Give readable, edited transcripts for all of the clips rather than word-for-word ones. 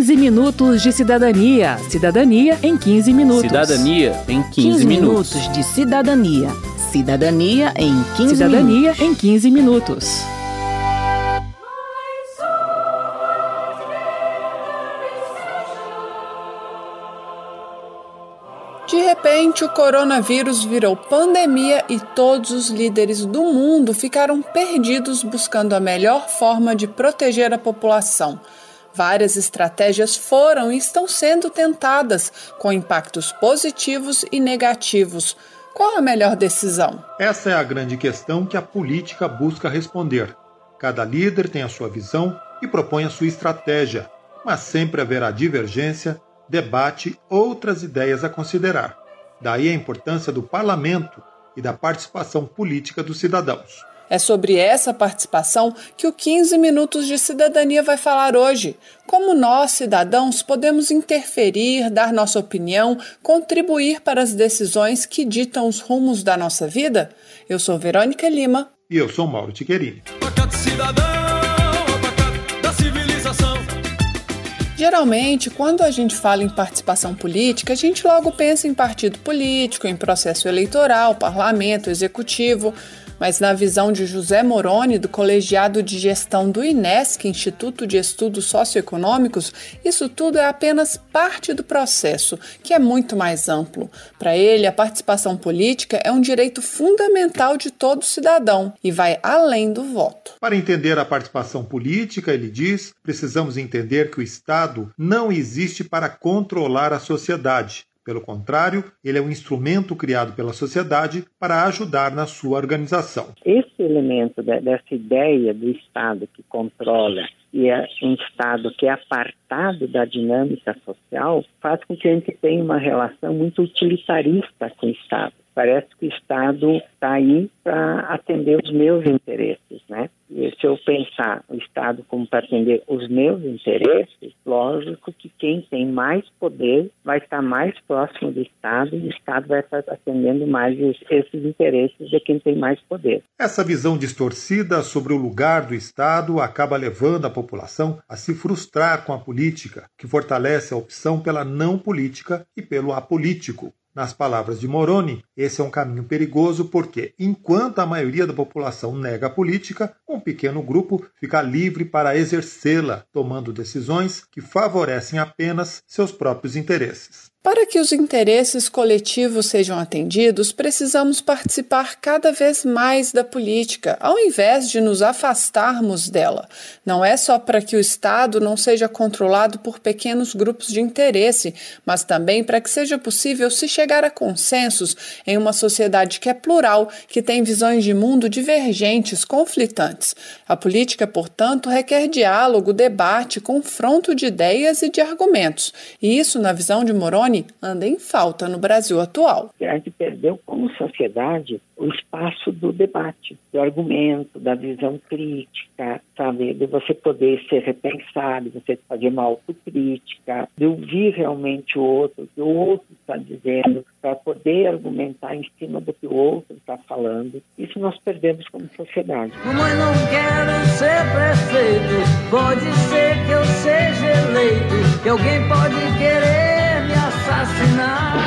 15 minutos de cidadania. Cidadania em 15 minutos. Cidadania em 15 minutos. 15 minutos de cidadania. Cidadania em 15 Cidadania minutos. em 15 minutos. De repente, o coronavírus virou pandemia e todos os líderes do mundo ficaram perdidos buscando a melhor forma de proteger a população. Várias estratégias foram e estão sendo tentadas, com impactos positivos e negativos. Qual a melhor decisão? Essa é a grande questão que a política busca responder. Cada líder tem a sua visão e propõe a sua estratégia, mas sempre haverá divergência, debate, outras ideias a considerar. Daí a importância do parlamento e da participação política dos cidadãos. É sobre essa participação que o 15 Minutos de Cidadania vai falar hoje. Como nós, cidadãos, podemos interferir, dar nossa opinião, contribuir para as decisões que ditam os rumos da nossa vida? Eu sou Verônica Lima. E eu sou Mauro Tiquerini. Geralmente, quando a gente fala em participação política, a gente logo pensa em partido político, em processo eleitoral, parlamento, executivo. Mas na visão de José Moroni, do Colegiado de Gestão do INESC, Instituto de Estudos Socioeconômicos, isso tudo é apenas parte do processo, que é muito mais amplo. Para ele, a participação política é um direito fundamental de todo cidadão e vai além do voto. Para entender a participação política, ele diz, precisamos entender que o Estado não existe para controlar a sociedade. Pelo contrário, ele é um instrumento criado pela sociedade para ajudar na sua organização. Esse elemento dessa ideia do Estado que controla e é um Estado que é apartado da dinâmica social faz com que a gente tenha uma relação muito utilitarista com o Estado. Parece que o Estado está aí para atender os meus interesses, né? E se eu pensar o Estado como para atender os meus interesses, lógico que quem tem mais poder vai estar mais próximo do Estado e o Estado vai estar atendendo mais esses interesses de quem tem mais poder. Essa visão distorcida sobre o lugar do Estado acaba levando a população a se frustrar com a política, que fortalece a opção pela não política e pelo apolítico. Nas palavras de Moroni, esse é um caminho perigoso porque, enquanto a maioria da população nega a política, um pequeno grupo fica livre para exercê-la, tomando decisões que favorecem apenas seus próprios interesses. Para que os interesses coletivos sejam atendidos, precisamos participar cada vez mais da política, ao invés de nos afastarmos dela. Não é só para que o Estado não seja controlado por pequenos grupos de interesse, mas também para que seja possível se chegar a consensos em uma sociedade que é plural, que tem visões de mundo divergentes, conflitantes. A política, portanto, requer diálogo, debate, confronto de ideias e de argumentos. E isso, na visão de Moroni, anda em falta no Brasil atual. A gente perdeu como sociedade o espaço do debate, do argumento, da visão crítica, sabe? De você poder ser repensado, de você fazer uma autocrítica, de ouvir realmente o outro, que o outro está dizendo, para poder argumentar em cima do que o outro está falando. Isso nós perdemos como sociedade. Mas não quero ser prefeito, pode ser que eu seja eleito, que alguém pode querer me assassinar.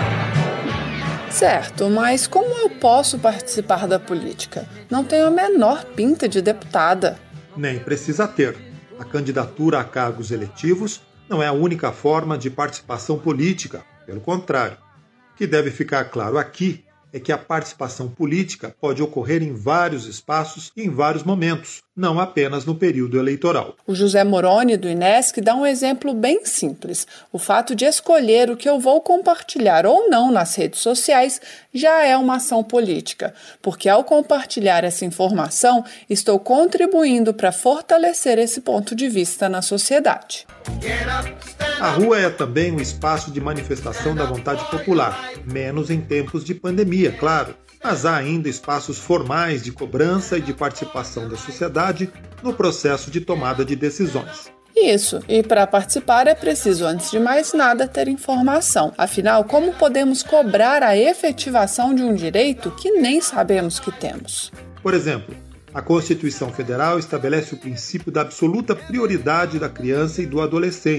Certo, mas como eu posso participar da política? Não tenho a menor pinta de deputada. Nem precisa ter. A candidatura a cargos eletivos não é a única forma de participação política. Pelo contrário, o que deve ficar claro aqui é que a participação política pode ocorrer em vários espaços e em vários momentos, não apenas no período eleitoral. O José Moroni, do INESC, dá um exemplo bem simples. O fato de escolher o que eu vou compartilhar ou não nas redes sociais já é uma ação política, porque ao compartilhar essa informação, estou contribuindo para fortalecer esse ponto de vista na sociedade. A rua é também um espaço de manifestação da vontade popular, menos em tempos de pandemia, claro. Mas há ainda espaços formais de cobrança e de participação da sociedade no processo de tomada de decisões. Isso, e para participar é preciso, antes de mais nada, ter informação. Afinal, como podemos cobrar a efetivação de um direito que nem sabemos que temos? Por exemplo, a Constituição Federal estabelece o princípio da absoluta prioridade da criança e do adolescente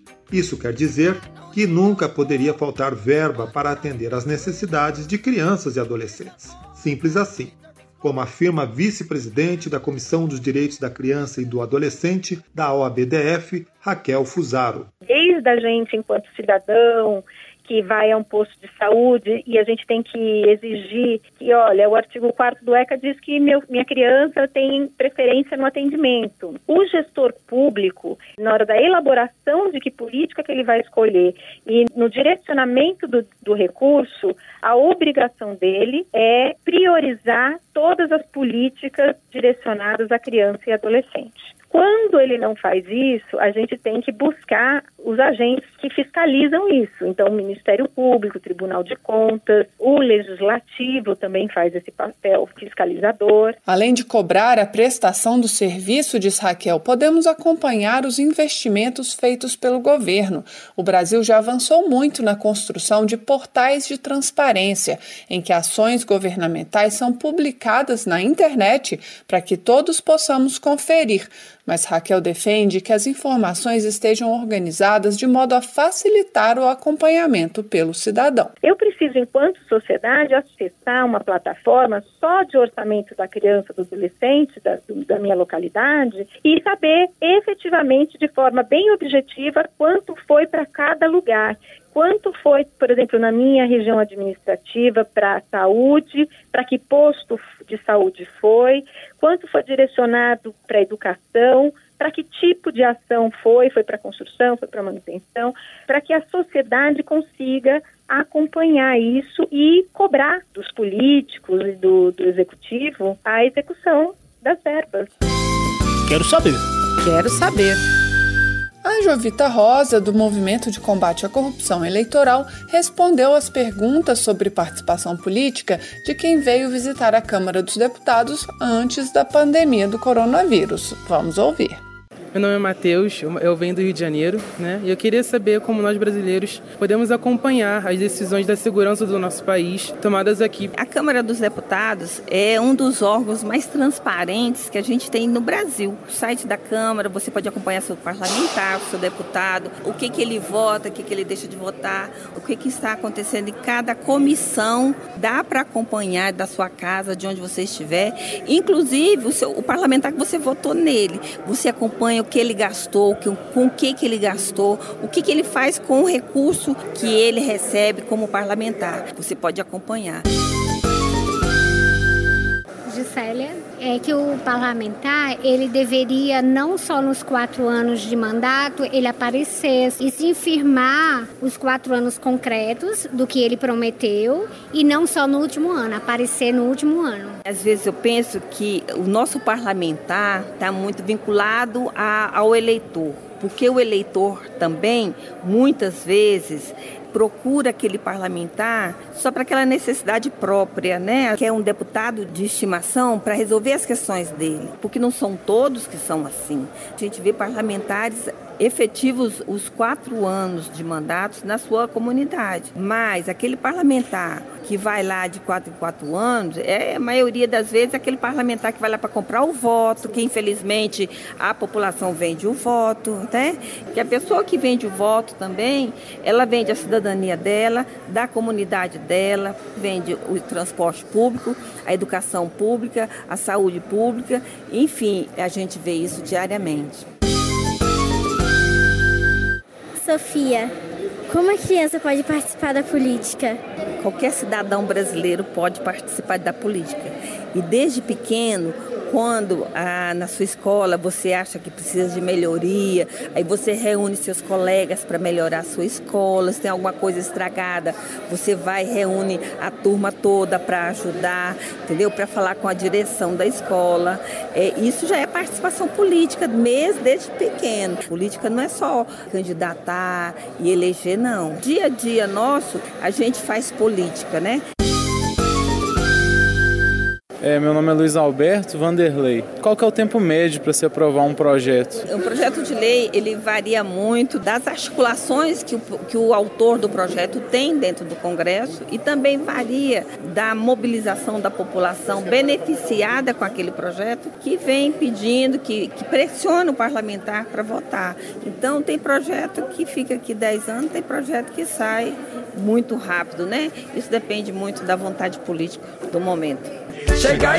Isso quer dizer que nunca poderia faltar verba para atender às necessidades de crianças e adolescentes. Simples assim. Como afirma a vice-presidente da Comissão dos Direitos da Criança e do Adolescente da OABDF, Raquel Fusaro. Desde a gente, enquanto cidadão, que vai a um posto de saúde e a gente tem que exigir que, olha, o artigo 4º do ECA diz que minha criança tem preferência no atendimento. O gestor público, na hora da elaboração de que política que ele vai escolher e no direcionamento do recurso, a obrigação dele é priorizar todas as políticas direcionadas à criança e adolescente. Quando ele não faz isso, a gente tem que buscar os agentes que fiscalizam isso. Então, o Ministério Público, o Tribunal de Contas, o Legislativo também faz esse papel fiscalizador. Além de cobrar a prestação do serviço, diz Raquel, podemos acompanhar os investimentos feitos pelo governo. O Brasil já avançou muito na construção de portais de transparência, em que ações governamentais são publicadas na internet para que todos possamos conferir. Mas Raquel defende que as informações estejam organizadas de modo a facilitar o acompanhamento pelo cidadão. Eu preciso, enquanto sociedade, acessar uma plataforma só de orçamento da criança, do adolescente, da minha localidade e saber efetivamente, de forma bem objetiva, quanto foi para cada lugar. Quanto foi, por exemplo, na minha região administrativa para a saúde, para que posto de saúde foi, quanto foi direcionado para a educação, para que tipo de ação foi para construção, foi para manutenção, para que a sociedade consiga acompanhar isso e cobrar dos políticos e do executivo a execução das verbas. Quero saber. Quero saber. A Jovita Rosa, do Movimento de Combate à Corrupção Eleitoral, respondeu às perguntas sobre participação política de quem veio visitar a Câmara dos Deputados antes da pandemia do coronavírus. Vamos ouvir. Meu nome é Matheus, eu venho do Rio de Janeiro, né? E eu queria saber como nós brasileiros podemos acompanhar as decisões da segurança do nosso país tomadas aqui. A Câmara dos Deputados é um dos órgãos mais transparentes que a gente tem no Brasil. O site da Câmara, você pode acompanhar seu parlamentar, seu deputado, o que ele vota, o que ele deixa de votar, o que está acontecendo em cada comissão. Dá para acompanhar da sua casa, de onde você estiver. Inclusive, o parlamentar que você votou nele, você acompanha o que ele gastou, com o que ele gastou, o que ele faz com o recurso que ele recebe como parlamentar. Você pode acompanhar. Gisélia, é que o parlamentar, ele deveria, não só nos 4 anos de mandato, ele aparecer e se firmar os 4 anos concretos do que ele prometeu e não só no último ano, aparecer no último ano. Às vezes eu penso que o nosso parlamentar está muito vinculado ao eleitor, porque o eleitor também, muitas vezes, procura aquele parlamentar só para aquela necessidade própria, né? Que é um deputado de estimação para resolver as questões dele, porque não são todos que são assim. A gente vê parlamentares efetivos os 4 anos de mandatos na sua comunidade, mas aquele parlamentar que vai lá de 4 em 4 anos, a maioria das vezes aquele parlamentar que vai lá para comprar o voto, que infelizmente a população vende o voto, né? Que a pessoa que vende o voto também, ela vende a cidadania dela, da comunidade dela, vende o transporte público, a educação pública, a saúde pública, enfim, a gente vê isso diariamente. Sofia, como a criança pode participar da política? Qualquer cidadão brasileiro pode participar da política. E desde pequeno, quando na sua escola você acha que precisa de melhoria, aí você reúne seus colegas para melhorar a sua escola. Se tem alguma coisa estragada, você vai e reúne a turma toda para ajudar, entendeu? Para falar com a direção da escola. Isso já é participação política, mesmo desde pequeno. Política não é só candidatar e eleger, não. Dia a dia nosso, a gente faz política, né? Meu nome é Luiz Alberto Vanderlei. Qual que é o tempo médio para se aprovar um projeto? O projeto de lei, ele varia muito das articulações que o autor do projeto tem dentro do Congresso e também varia da mobilização da população beneficiada com aquele projeto que vem pedindo, que pressiona o parlamentar para votar. Então, tem projeto que fica aqui 10 anos, tem projeto que sai muito rápido, né? Isso depende muito da vontade política do momento. Chega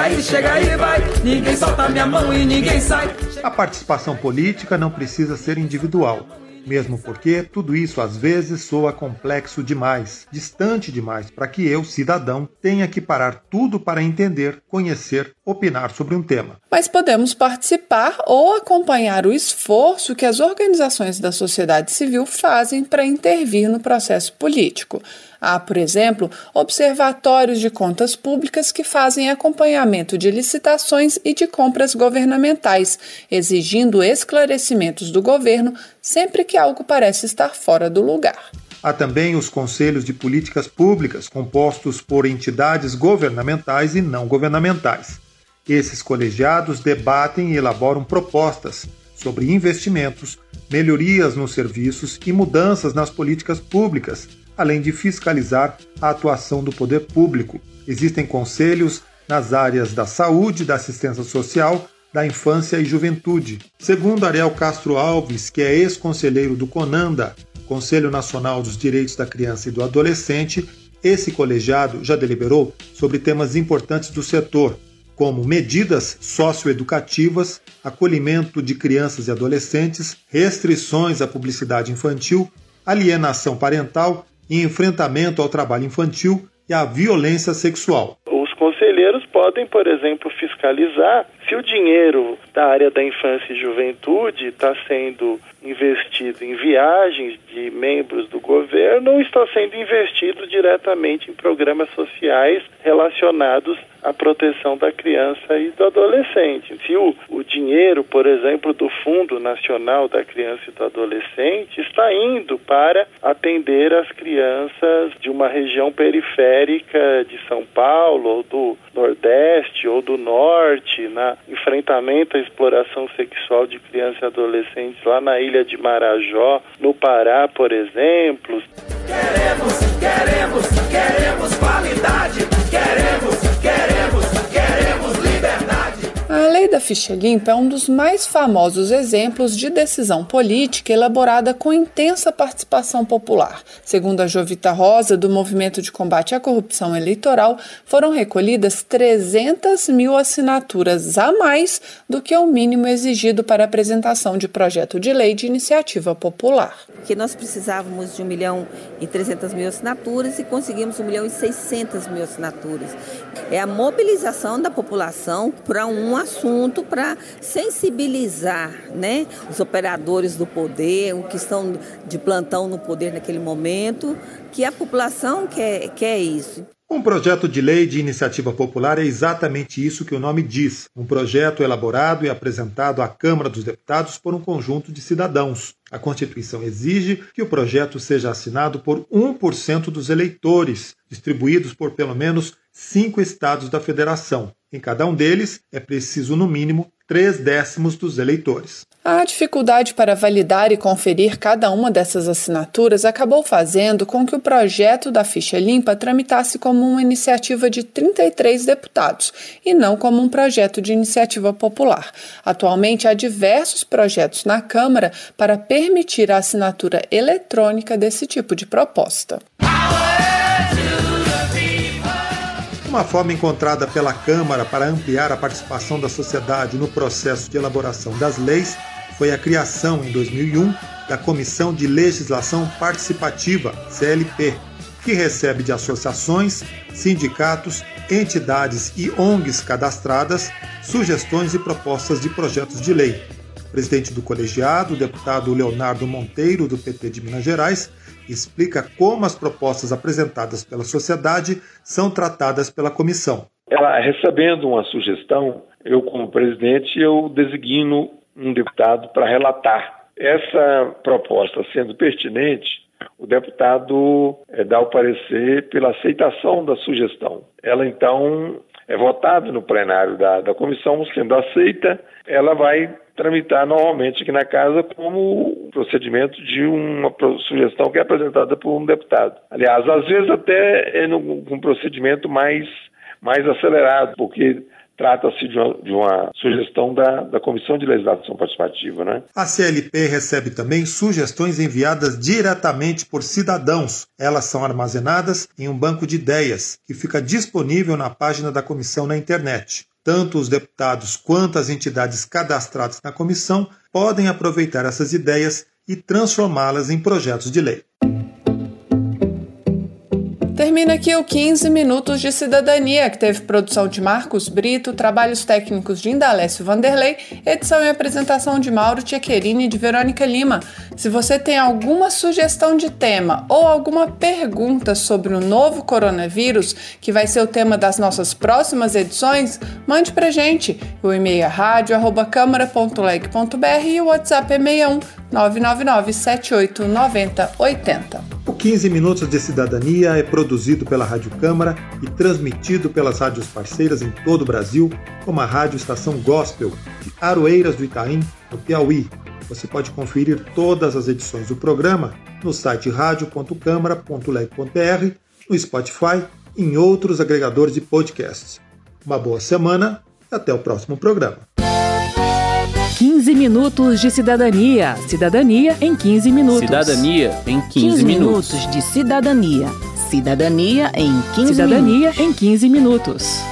aí, vai. Ninguém solta minha mão e ninguém sai. A participação política não precisa ser individual, mesmo porque tudo isso às vezes soa complexo demais, distante demais, para que eu, cidadão, tenha que parar tudo para entender, conhecer, opinar sobre um tema. Mas podemos participar ou acompanhar o esforço que as organizações da sociedade civil fazem para intervir no processo político. Há, por exemplo, observatórios de contas públicas que fazem acompanhamento de licitações e de compras governamentais, exigindo esclarecimentos do governo sempre que algo parece estar fora do lugar. Há também os conselhos de políticas públicas, compostos por entidades governamentais e não governamentais. Esses colegiados debatem e elaboram propostas sobre investimentos, melhorias nos serviços e mudanças nas políticas públicas, além de fiscalizar a atuação do poder público. Existem conselhos nas áreas da saúde, da assistência social, da infância e juventude. Segundo Ariel Castro Alves, que é ex-conselheiro do CONANDA, Conselho Nacional dos Direitos da Criança e do Adolescente, esse colegiado já deliberou sobre temas importantes do setor, como medidas socioeducativas, acolhimento de crianças e adolescentes, restrições à publicidade infantil, alienação parental e enfrentamento ao trabalho infantil e à violência sexual. Os conselheiros podem, por exemplo, fiscalizar se o dinheiro da área da infância e juventude está sendo investido em viagens de membros do governo ou está sendo investido diretamente em programas sociais relacionados à proteção da criança e do adolescente. Se o dinheiro, por exemplo, do Fundo Nacional da Criança e do Adolescente está indo para atender as crianças de uma região periférica de São Paulo, ou do Nordeste, ou do Norte, na enfrentamento à exploração sexual de crianças e adolescentes lá na ilha de Marajó, no Pará, por exemplo. Queremos qualidade, queremos liberdade. A Lei da Ficha Limpa é um dos mais famosos exemplos de decisão política elaborada com intensa participação popular. Segundo a Jovita Rosa, do Movimento de Combate à Corrupção Eleitoral, foram recolhidas 300 mil assinaturas a mais do que o mínimo exigido para a apresentação de projeto de lei de iniciativa popular. Porque nós precisávamos de 1.300.000 assinaturas e conseguimos 1.600.000 assinaturas. É a mobilização da população para um assunto, para sensibilizar, né, os operadores do poder, o que estão de plantão no poder naquele momento, que a população quer isso. Um projeto de lei de iniciativa popular é exatamente isso que o nome diz. Um projeto elaborado e apresentado à Câmara dos Deputados por um conjunto de cidadãos. A Constituição exige que o projeto seja assinado por 1% dos eleitores, distribuídos por pelo menos 5 estados da federação. Em cada um deles, é preciso, no mínimo, 3/10 dos eleitores. A dificuldade para validar e conferir cada uma dessas assinaturas acabou fazendo com que o projeto da Ficha Limpa tramitasse como uma iniciativa de 33 deputados e não como um projeto de iniciativa popular. Atualmente, há diversos projetos na Câmara para permitir a assinatura eletrônica desse tipo de proposta. Uma forma encontrada pela Câmara para ampliar a participação da sociedade no processo de elaboração das leis foi a criação, em 2001, da Comissão de Legislação Participativa, CLP, que recebe de associações, sindicatos, entidades e ONGs cadastradas sugestões e propostas de projetos de lei. O presidente do colegiado, o deputado Leonardo Monteiro, do PT de Minas Gerais, explica como as propostas apresentadas pela sociedade são tratadas pela comissão. Ela, recebendo uma sugestão, eu como presidente, eu designo um deputado para relatar. Essa proposta sendo pertinente, o deputado dá o parecer pela aceitação da sugestão. Ela, então, é votada no plenário da comissão, sendo aceita, ela vai tramitar normalmente aqui na casa como procedimento de uma sugestão que é apresentada por um deputado. Aliás, às vezes até é um procedimento mais acelerado, porque trata-se de uma sugestão da Comissão de Legislação Participativa, né? A CLP recebe também sugestões enviadas diretamente por cidadãos. Elas são armazenadas em um banco de ideias, que fica disponível na página da comissão na internet. Tanto os deputados quanto as entidades cadastradas na comissão podem aproveitar essas ideias e transformá-las em projetos de lei. Termina aqui o 15 Minutos de Cidadania, que teve produção de Marcos Brito, trabalhos técnicos de Indalécio Vanderlei, edição e apresentação de Mauro Tchequerini e de Verônica Lima. Se você tem alguma sugestão de tema ou alguma pergunta sobre o novo coronavírus, que vai ser o tema das nossas próximas edições, mande pra gente. O e-mail é radio@câmara.leg.br e o WhatsApp é 61 999 78 90 80. O 15 Minutos de Cidadania é produzido pela Rádio Câmara e transmitido pelas rádios parceiras em todo o Brasil, como a Rádio Estação Gospel de Aroeiras do Itaim, no Piauí. Você pode conferir todas as edições do programa no site radio.câmara.leg.br, no Spotify e em outros agregadores de podcasts. Uma boa semana e até o próximo programa. 15 Minutos de Cidadania. Cidadania em 15 minutos. Cidadania em 15 minutos de cidadania. Cidadania em 15 Cidadania minutos. em 15 minutos.